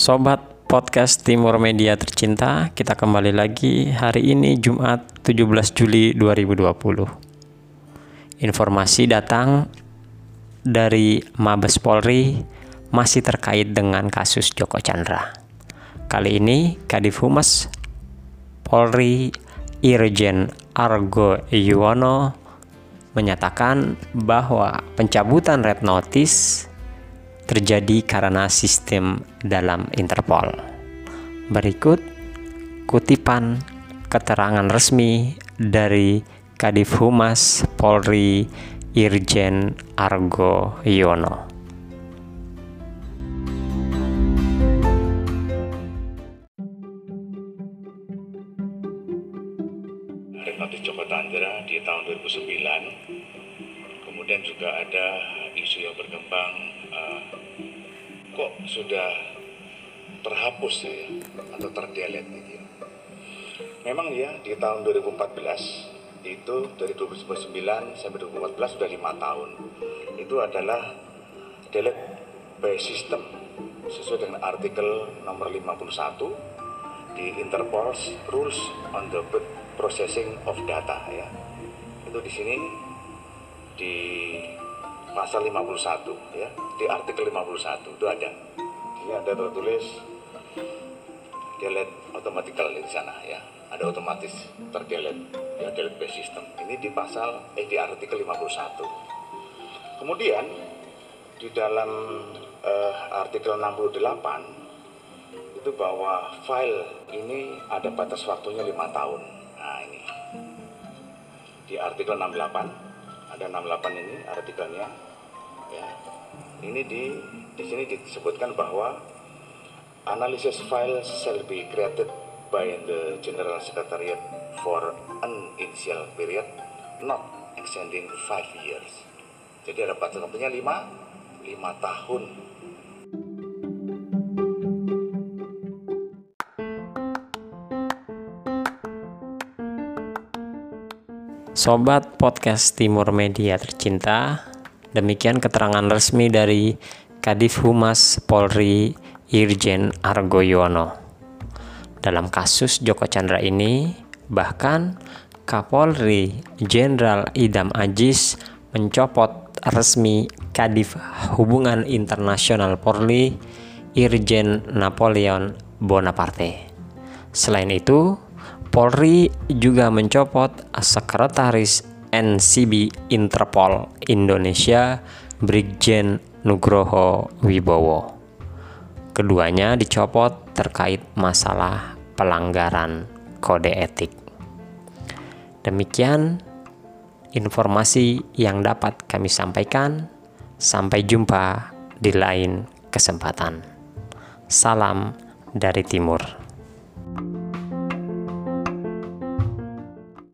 Sobat Podcast Timur Media tercinta, kita kembali lagi hari ini Jumat 17 Juli 2020. Informasi datang dari Mabes Polri masih terkait dengan kasus Joko Chandra. Kali ini Kadif Humas Polri Irjen Argo Yuwono menyatakan bahwa pencabutan red notice terjadi karena sistem dalam Interpol. Berikut kutipan keterangan resmi dari Kadif Humas Polri Irjen Argo Yuwono. Red notice Joko Chandra di tahun 2009, kemudian juga ada isu yang berkembang kok sudah terhapus ya atau terdelete gitu ya. Memang ya di tahun 2014 itu dari 2009 sampai 2014 sudah 5 tahun itu adalah delete by system sesuai dengan artikel nomor 51 di Interpol's Rules on the Processing of Data ya. Itu di sini di pasal 51 ya, di artikel 51 itu ada. Ini ada tertulis delete automatically di sana ya. Ada otomatis terdelete ya, delete by system. Ini di pasal di artikel 51. Kemudian di dalam artikel 68 itu bahwa file ini ada batas waktunya 5 tahun. Nah, ini. Di artikel 68 ada 68 ini artikelnya ya. Ini di sini disebutkan bahwa analysis file shall be created by the General Secretariat for an initial period not exceeding 5 years. Jadi ada batas waktunya 5 tahun. Sobat Podcast Timur Media tercinta, demikian keterangan resmi dari Kadif Humas Polri Irjen Argo Yuwono. Dalam kasus Joko Chandra ini, bahkan Kapolri Jenderal Idam Aziz mencopot resmi Kadif Hubungan Internasional Polri Irjen Napoleon Bonaparte. Selain itu, Polri juga mencopot Sekretaris NCB Interpol Indonesia Brigjen Nugroho Wibowo. Keduanya dicopot terkait masalah pelanggaran kode etik. Demikian informasi yang dapat kami sampaikan. Sampai jumpa di lain kesempatan. Salam dari Timur.